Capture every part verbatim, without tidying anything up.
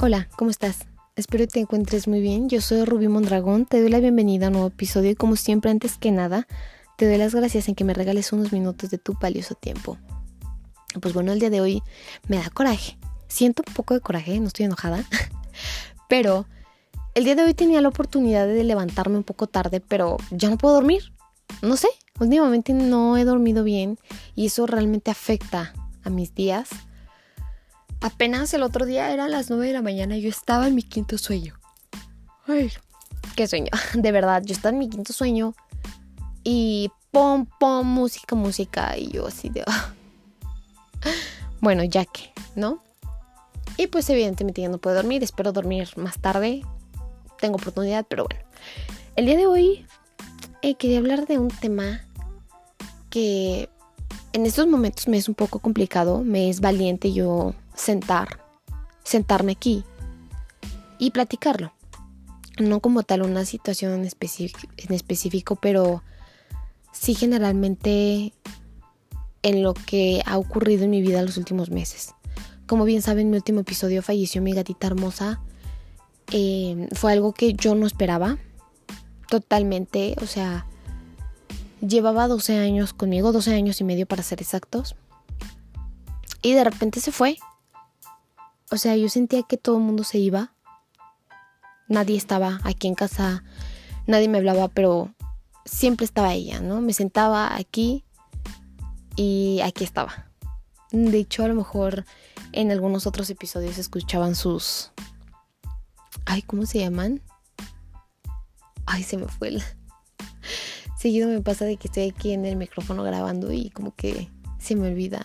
Hola, ¿cómo estás? Espero que te encuentres muy bien. Yo soy Rubí Mondragón, te doy la bienvenida a un nuevo episodio y como siempre, antes que nada, te doy las gracias en que me regales unos minutos de tu valioso tiempo. Pues bueno, el día de hoy me da coraje. Siento un poco de coraje, no estoy enojada, pero el día de hoy tenía la oportunidad de levantarme un poco tarde, pero ya no puedo dormir. No sé, últimamente no he dormido bien y eso realmente afecta a mis días. Apenas el otro día eran las nueve de la mañana y yo estaba en mi quinto sueño. Ay, qué sueño. De verdad, yo estaba en mi quinto sueño y pom, pom, música, música. Y yo así de... Bueno, ya que, ¿no? Y pues evidentemente ya no puedo dormir. Espero dormir más tarde. Tengo oportunidad, pero bueno. El día de hoy eh, quería hablar de un tema que en estos momentos me es un poco complicado. Me es valiente yo sentar, sentarme aquí y platicarlo. No como tal una situación en específico, en específico, pero sí generalmente en lo que ha ocurrido en mi vida los últimos meses. Como bien saben, en mi último episodio falleció mi gatita hermosa. Eh, fue algo que yo no esperaba totalmente, o sea, llevaba doce años conmigo, doce años y medio para ser exactos, y de repente se fue. O sea, yo sentía que todo el mundo se iba. Nadie estaba aquí en casa, nadie me hablaba, pero siempre estaba ella, ¿no? Me sentaba aquí y aquí estaba. De hecho, a lo mejor en algunos otros episodios escuchaban sus... Ay, ¿cómo se llaman? Ay, se me fue el... Seguido me pasa de que estoy aquí en el micrófono grabando y como que se me olvida.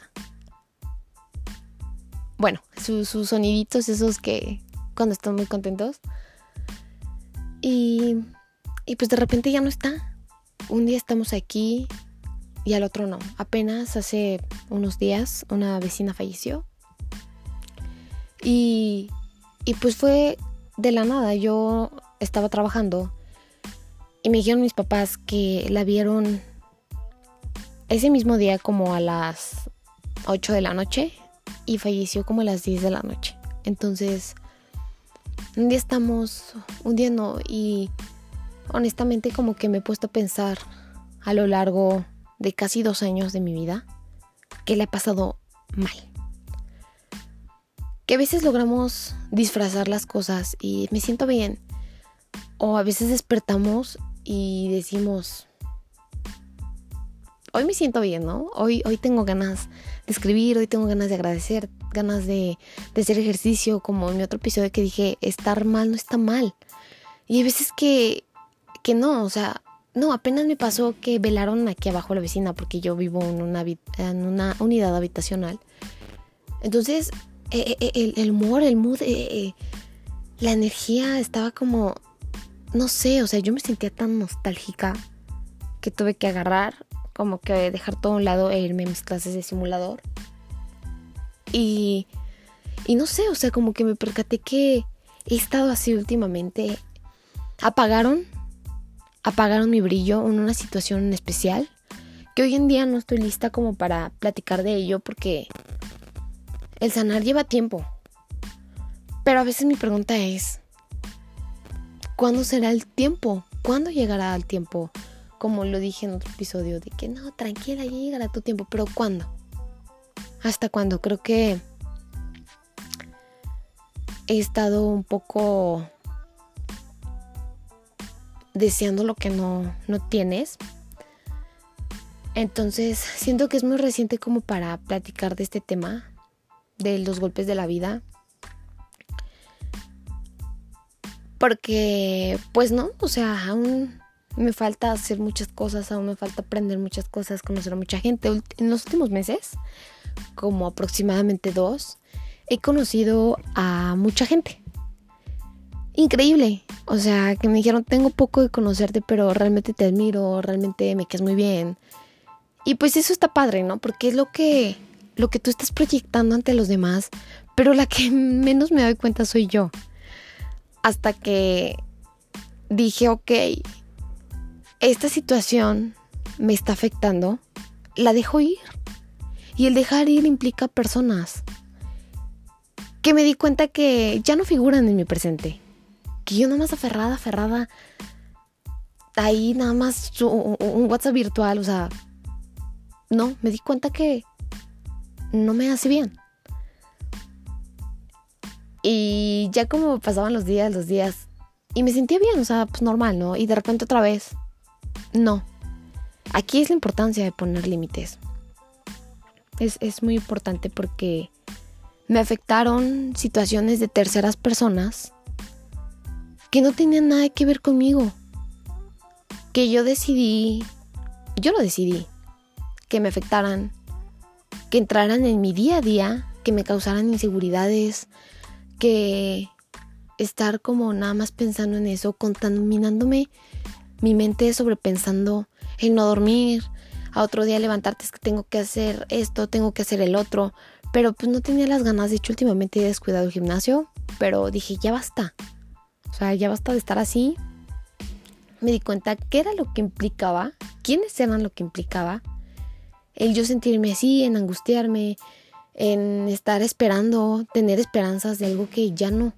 Bueno, sus, sus soniditos esos que cuando están muy contentos. Y, y pues de repente ya no está. Un día estamos aquí y al otro no. Apenas hace unos días una vecina falleció. Y, y pues fue de la nada. Yo estaba trabajando y me dijeron mis papás que la vieron ese mismo día como a las ocho de la noche. Y falleció como a las diez de la noche. Entonces, un día estamos, un día no. Y honestamente como que me he puesto a pensar a lo largo de casi dos años de mi vida que le ha pasado mal. Que a veces logramos disfrazar las cosas y me siento bien. O a veces despertamos y decimos... Hoy me siento bien, ¿no? Hoy, hoy tengo ganas de escribir, hoy tengo ganas de agradecer, ganas de, de hacer ejercicio, como en mi otro episodio que dije, estar mal no está mal. Y hay veces que, que no, o sea, no, apenas me pasó que velaron aquí abajo a la vecina porque yo vivo en una, en una unidad habitacional. Entonces, eh, eh, el, el humor, el mood, eh, eh, la energía estaba como, no sé, o sea, yo me sentía tan nostálgica que tuve que agarrar... como que dejar todo a un lado e irme a mis clases de simulador. Y, y no sé, o sea, como que me percaté que he estado así últimamente. Apagaron, apagaron mi brillo en una situación en especial, que hoy en día no estoy lista como para platicar de ello porque el sanar lleva tiempo. Pero a veces mi pregunta es, ¿cuándo será el tiempo? ¿Cuándo llegará el tiempo? Como lo dije en otro episodio, de que no, tranquila, ya llegará tu tiempo. ¿Pero cuándo? ¿Hasta cuándo? Creo que he estado un poco deseando lo que no, no tienes. Entonces, siento que es muy reciente como para platicar de este tema, de los golpes de la vida. Porque, pues no, o sea, aún... me falta hacer muchas cosas, aún me falta aprender muchas cosas, conocer a mucha gente. En los últimos meses, como aproximadamente dos, he conocido a mucha gente. Increíble. O sea, que me dijeron, tengo poco de conocerte, pero realmente te admiro, realmente me quedas muy bien. Y pues eso está padre, ¿no? Porque es lo que, lo que tú estás proyectando ante los demás, pero la que menos me doy cuenta soy yo. Hasta que dije, ok... esta situación me está afectando, la dejo ir. Y el dejar ir implica personas. que me di cuenta que ya no figuran en mi presente. Que yo nada más aferrada, aferrada, ahí nada más un, un WhatsApp virtual, o sea, no, me di cuenta que no me hace bien. Y ya como pasaban los días, los días, y me sentía bien, o sea, pues normal, ¿no? Y de repente otra vez, no. Aquí es la importancia de poner límites. Es, es muy importante porque me afectaron situaciones de terceras personas que no tenían nada que ver conmigo. Que yo decidí, yo lo decidí, que me afectaran, que entraran en mi día a día, que me causaran inseguridades, que estar como nada más pensando en eso, contaminándome mi mente sobrepensando en no dormir, a otro día levantarte es que tengo que hacer esto, tengo que hacer el otro, pero pues no tenía las ganas. De hecho, últimamente he descuidado el gimnasio, pero dije, ya basta, o sea, ya basta de estar así. Me di cuenta qué era lo que implicaba, quiénes eran lo que implicaba el yo sentirme así, en angustiarme, en estar esperando, tener esperanzas de algo que ya no.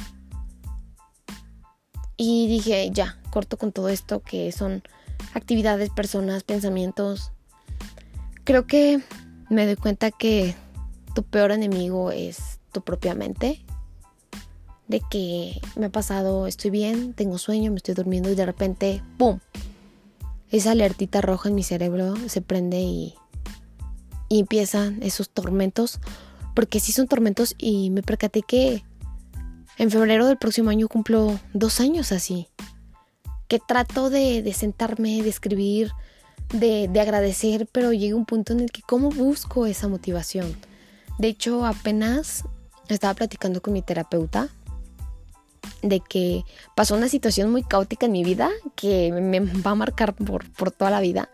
Y dije, ya, corto con todo esto que son actividades, personas, pensamientos. Creo que me doy cuenta que tu peor enemigo es tu propia mente. De que me ha pasado, estoy bien, tengo sueño, me estoy durmiendo y de repente, ¡pum! Esa alertita roja en mi cerebro se prende y, y empiezan esos tormentos. Porque sí son tormentos y me percaté que en febrero del próximo año cumplo dos años así. Que trato de, de sentarme, de escribir, de, de agradecer, pero llega un punto en el que ¿cómo busco esa motivación? De hecho, apenas estaba platicando con mi terapeuta de que pasó una situación muy caótica en mi vida que me va a marcar por, por toda la vida.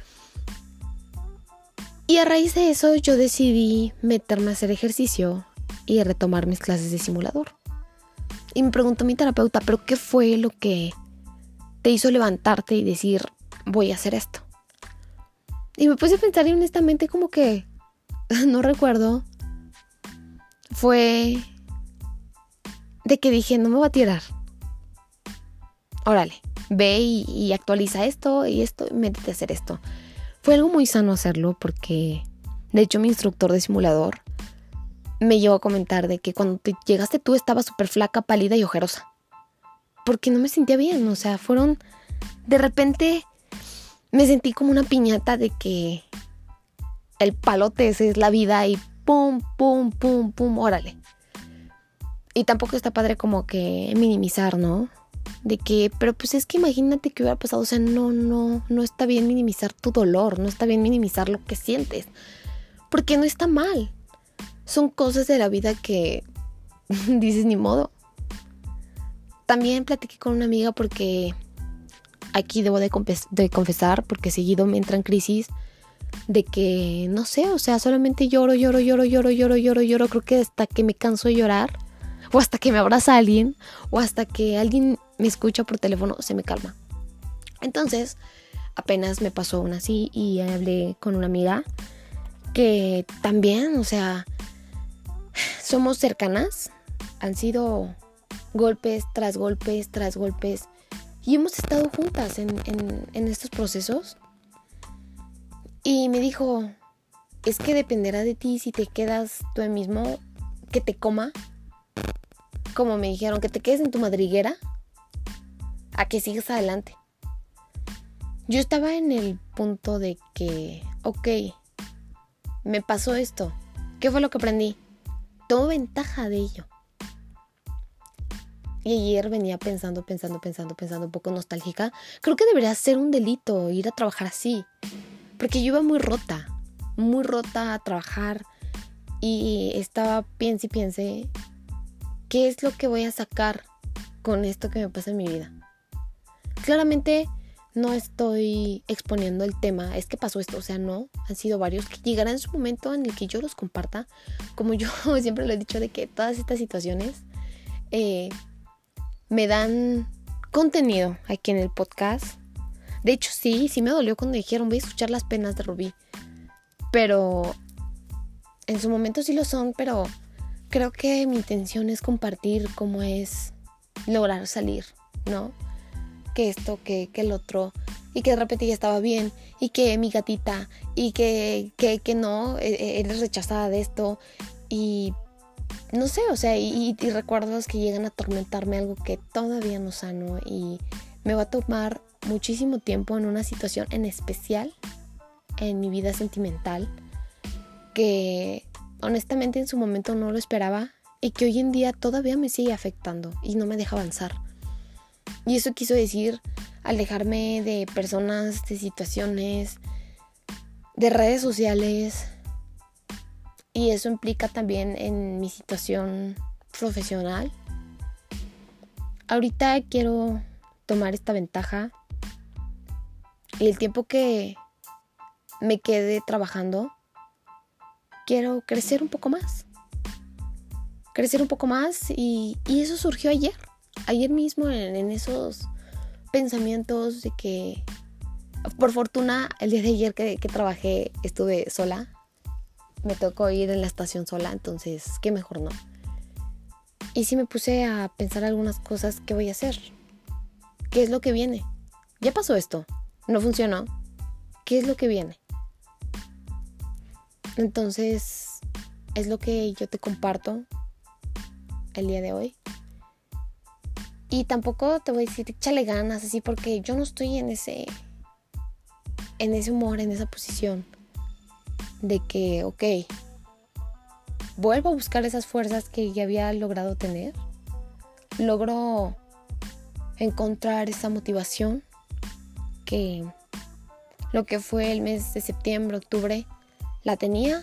Y a raíz de eso yo decidí meterme a hacer ejercicio y retomar mis clases de simulador. Y me preguntó mi terapeuta, ¿pero qué fue lo que te hizo levantarte y decir, voy a hacer esto? Y me puse a pensar y honestamente como que no recuerdo. Fue de que dije, no me voy a tirar. Órale, ve y, y actualiza esto y esto, y métete a hacer esto. Fue algo muy sano hacerlo porque, de hecho, mi instructor de simulador me llegó a comentar de que cuando te llegaste tú estaba súper flaca, pálida y ojerosa. Porque no me sentía bien, o sea, fueron... De repente me sentí como una piñata de que el palote ese es la vida y pum, pum, pum, pum, órale. Y tampoco está padre como que minimizar, ¿no? De que, pero pues es que imagínate que hubiera pasado, o sea, no, no, no está bien minimizar tu dolor, no está bien minimizar lo que sientes, porque no está mal. Son cosas de la vida que dices ni modo. También platiqué con una amiga porque aquí debo de, confes- de confesar, porque seguido me entra en crisis de que, no sé, o sea, solamente lloro, lloro, lloro, lloro, lloro, lloro, lloro, creo que hasta que me canso de llorar, o hasta que me abraza alguien, o hasta que alguien me escucha por teléfono, se me calma. Entonces, apenas me pasó una así y hablé con una amiga que también, o sea, somos cercanas, han sido golpes tras golpes tras golpes y hemos estado juntas en, en, en estos procesos. Y me dijo, es que dependerá de ti si te quedas tú mismo, que te coma, como me dijeron, que te quedes en tu madriguera, a que sigas adelante. Yo estaba en el punto de que, ok, me pasó esto, ¿qué fue lo que aprendí? Tomo ventaja de ello. Y ayer venía pensando, pensando, pensando, pensando, un poco nostálgica. Creo que debería ser un delito ir a trabajar así. Porque yo iba muy rota, muy rota a trabajar. Y estaba, piense y piense, ¿qué es lo que voy a sacar con esto que me pasa en mi vida? Claramente no estoy exponiendo el tema, es que pasó esto, o sea, no, han sido varios que llegará en su momento en el que yo los comparta, como yo siempre lo he dicho de que todas estas situaciones eh, me dan contenido aquí en el podcast. De hecho sí, sí me dolió cuando dijeron voy a escuchar las penas de Rubí, pero en su momento sí lo son, pero creo que mi intención es compartir cómo es lograr salir, ¿no? Que esto, que, que el otro, y que de repente ya estaba bien, y que mi gatita, y que, que, que no, eres rechazada de esto, y no sé, o sea, y, y recuerdos que llegan a atormentarme, algo que todavía no sano, y me va a tomar muchísimo tiempo en una situación en especial en mi vida sentimental, que honestamente en su momento no lo esperaba y que hoy en día todavía me sigue afectando y no me deja avanzar. Y eso quiso decir alejarme de personas, de situaciones, de redes sociales, y eso implica también en mi situación profesional. Ahorita quiero tomar esta ventaja y el tiempo que me quede trabajando, quiero crecer un poco más. Crecer un poco más y, y eso surgió ayer. Ayer mismo en, en esos pensamientos de que, por fortuna, el día de ayer que, que trabajé estuve sola. Me tocó ir en la estación sola, entonces qué mejor, ¿no? Y sí me puse a pensar algunas cosas que voy a hacer. ¿Qué es lo que viene? Ya pasó esto, no funcionó. ¿Qué es lo que viene? Entonces, es lo que yo te comparto el día de hoy. Y tampoco te voy a decir, échale ganas, así, porque yo no estoy en ese, en ese humor, en esa posición de que, ok, vuelvo a buscar esas fuerzas que ya había logrado tener. Logro encontrar esa motivación que lo que fue el mes de septiembre, octubre, la tenía.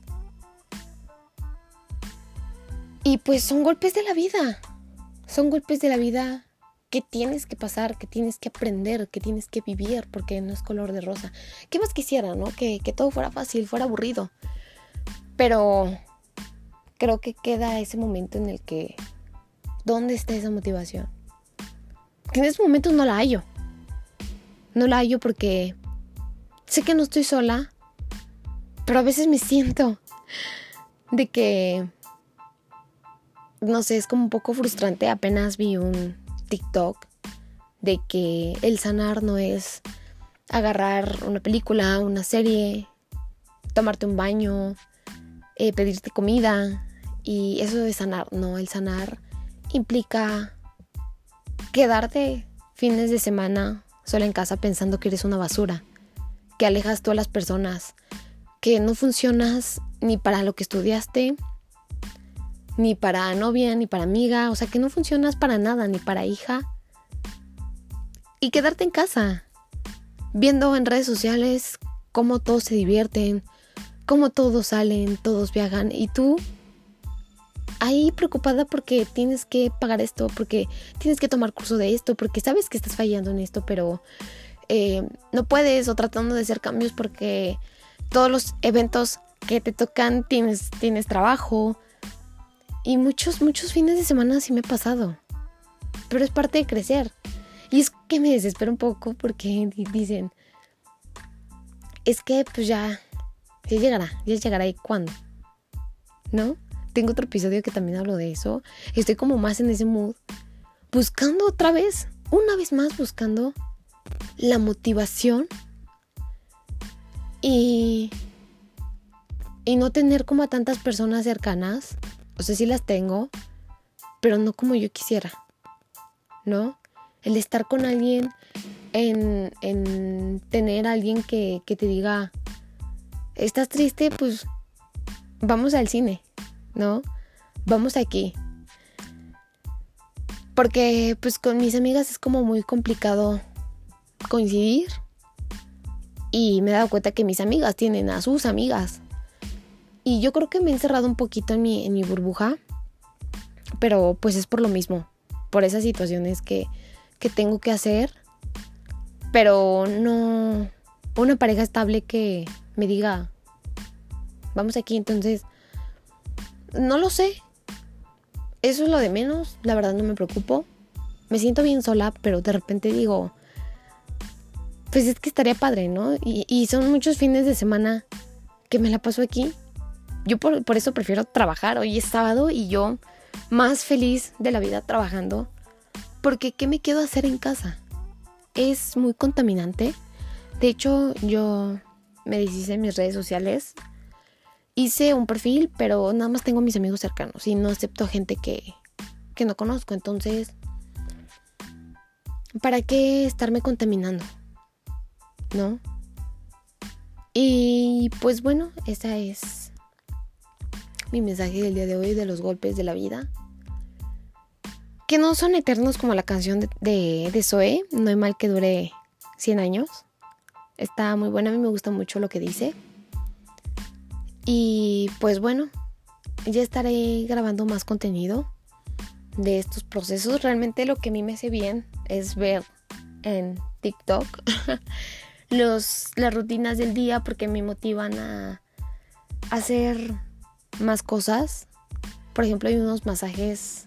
Y pues son golpes de la vida. Son golpes de la vida que tienes que pasar, que tienes que aprender, que tienes que vivir, porque no es color de rosa. ¿Qué más quisiera, no? Que, que todo fuera fácil, fuera aburrido. Pero creo que queda ese momento en el que, ¿dónde está esa motivación? Que en esos momentos no la hallo. No la hallo porque sé que no estoy sola, pero a veces me siento de que, no sé, es como un poco frustrante. Apenas vi un TikTok de que el sanar no es agarrar una película, una serie, tomarte un baño, eh, pedirte comida, y eso de sanar. No, el sanar implica quedarte fines de semana sola en casa pensando que eres una basura, que alejas tú a las personas, que no funcionas ni para lo que estudiaste, ni para novia, ni para amiga, o sea, que no funcionas para nada, ni para hija. Y quedarte en casa, viendo en redes sociales cómo todos se divierten, cómo todos salen, todos viajan, y tú ahí preocupada porque tienes que pagar esto, porque tienes que tomar curso de esto, porque sabes que estás fallando en esto, pero eh, no puedes, o tratando de hacer cambios porque todos los eventos que te tocan tienes, tienes trabajo. Y muchos, muchos fines de semana sí me he pasado. Pero es parte de crecer. Y es que me desespero un poco porque dicen, es que pues ya, ya llegará, ya llegará. ¿Y cuándo? ¿No? Tengo otro episodio que también hablo de eso. Estoy como más en ese mood. Buscando otra vez, una vez más buscando la motivación. Y, y no tener como a tantas personas cercanas. O sea, sí las tengo, pero no como yo quisiera, ¿no? El estar con alguien, en, en tener a alguien que, que te diga, ¿estás triste? Pues vamos al cine, ¿no? Vamos aquí. Porque pues con mis amigas es como muy complicado coincidir. Y me he dado cuenta que mis amigas tienen a sus amigas. Y yo creo que me he encerrado un poquito en mi, en mi burbuja. Pero pues es por lo mismo. Por esas situaciones que, que tengo que hacer. Pero no una pareja estable que me diga, vamos aquí. Entonces, no lo sé. Eso es lo de menos. La verdad no me preocupo. Me siento bien sola, pero de repente digo, pues es que estaría padre, ¿no? Y, y son muchos fines de semana que me la paso aquí. yo por, por eso prefiero trabajar. Hoy es sábado y yo más feliz de la vida trabajando. Porque ¿qué me quedo a hacer en casa? Es muy contaminante. De hecho, yo me deshice en mis redes sociales. Hice un perfil, pero nada más tengo a mis amigos cercanos y no acepto a gente que, que no conozco. Entonces, ¿para qué estarme contaminando? ¿No? Y pues bueno, ese es mi mensaje del día de hoy, de los golpes de la vida. Que no son eternos como la canción de, de, de Zoé. No hay mal que dure cien años. Está muy buena, a mí me gusta mucho lo que dice. Y pues bueno, ya estaré grabando más contenido de estos procesos. Realmente lo que a mí me hace bien es ver en TikTok los, las rutinas del día, porque me motivan a hacer más cosas. Por ejemplo, hay unos masajes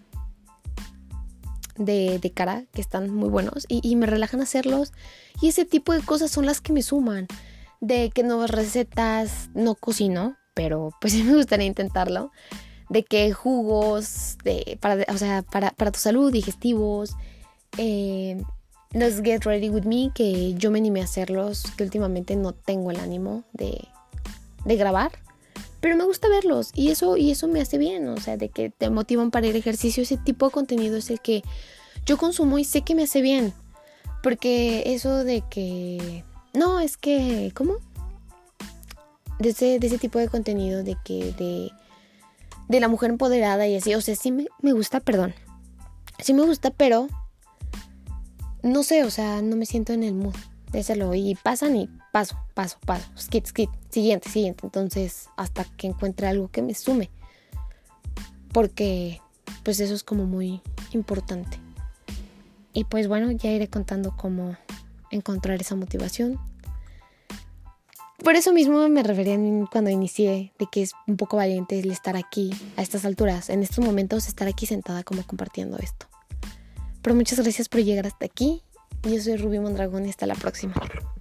de, de cara que están muy buenos y, y me relajan hacerlos. Y ese tipo de cosas son las que me suman. De que nuevas recetas, no cocino, pero pues sí me gustaría intentarlo. De que jugos, de, para, o sea, para, para tu salud, digestivos. Eh, los Get Ready With Me, que yo me animé a hacerlos, que últimamente no tengo el ánimo de, de grabar. Pero me gusta verlos y eso, y eso me hace bien, o sea, de que te motivan para ir al ejercicio. Ese tipo de contenido es el que yo consumo y sé que me hace bien. Porque eso de que... No, es que... ¿Cómo? De ese, de ese tipo de contenido de que... De, de la mujer empoderada y así. O sea, sí me, me gusta, perdón. Sí me gusta, pero... No sé, o sea, no me siento en el mood de hacerlo. Y pasan y paso, paso, paso. Skip, skip. Siguiente, siguiente. Entonces, hasta que encuentre algo que me sume. Porque, pues eso es como muy importante. Y pues bueno, ya iré contando cómo encontrar esa motivación. Por eso mismo me refería cuando inicié de que es un poco valiente el estar aquí a estas alturas, en estos momentos, estar aquí sentada como compartiendo esto. Pero muchas gracias por llegar hasta aquí. Yo soy Rubí Mondragón y hasta la próxima.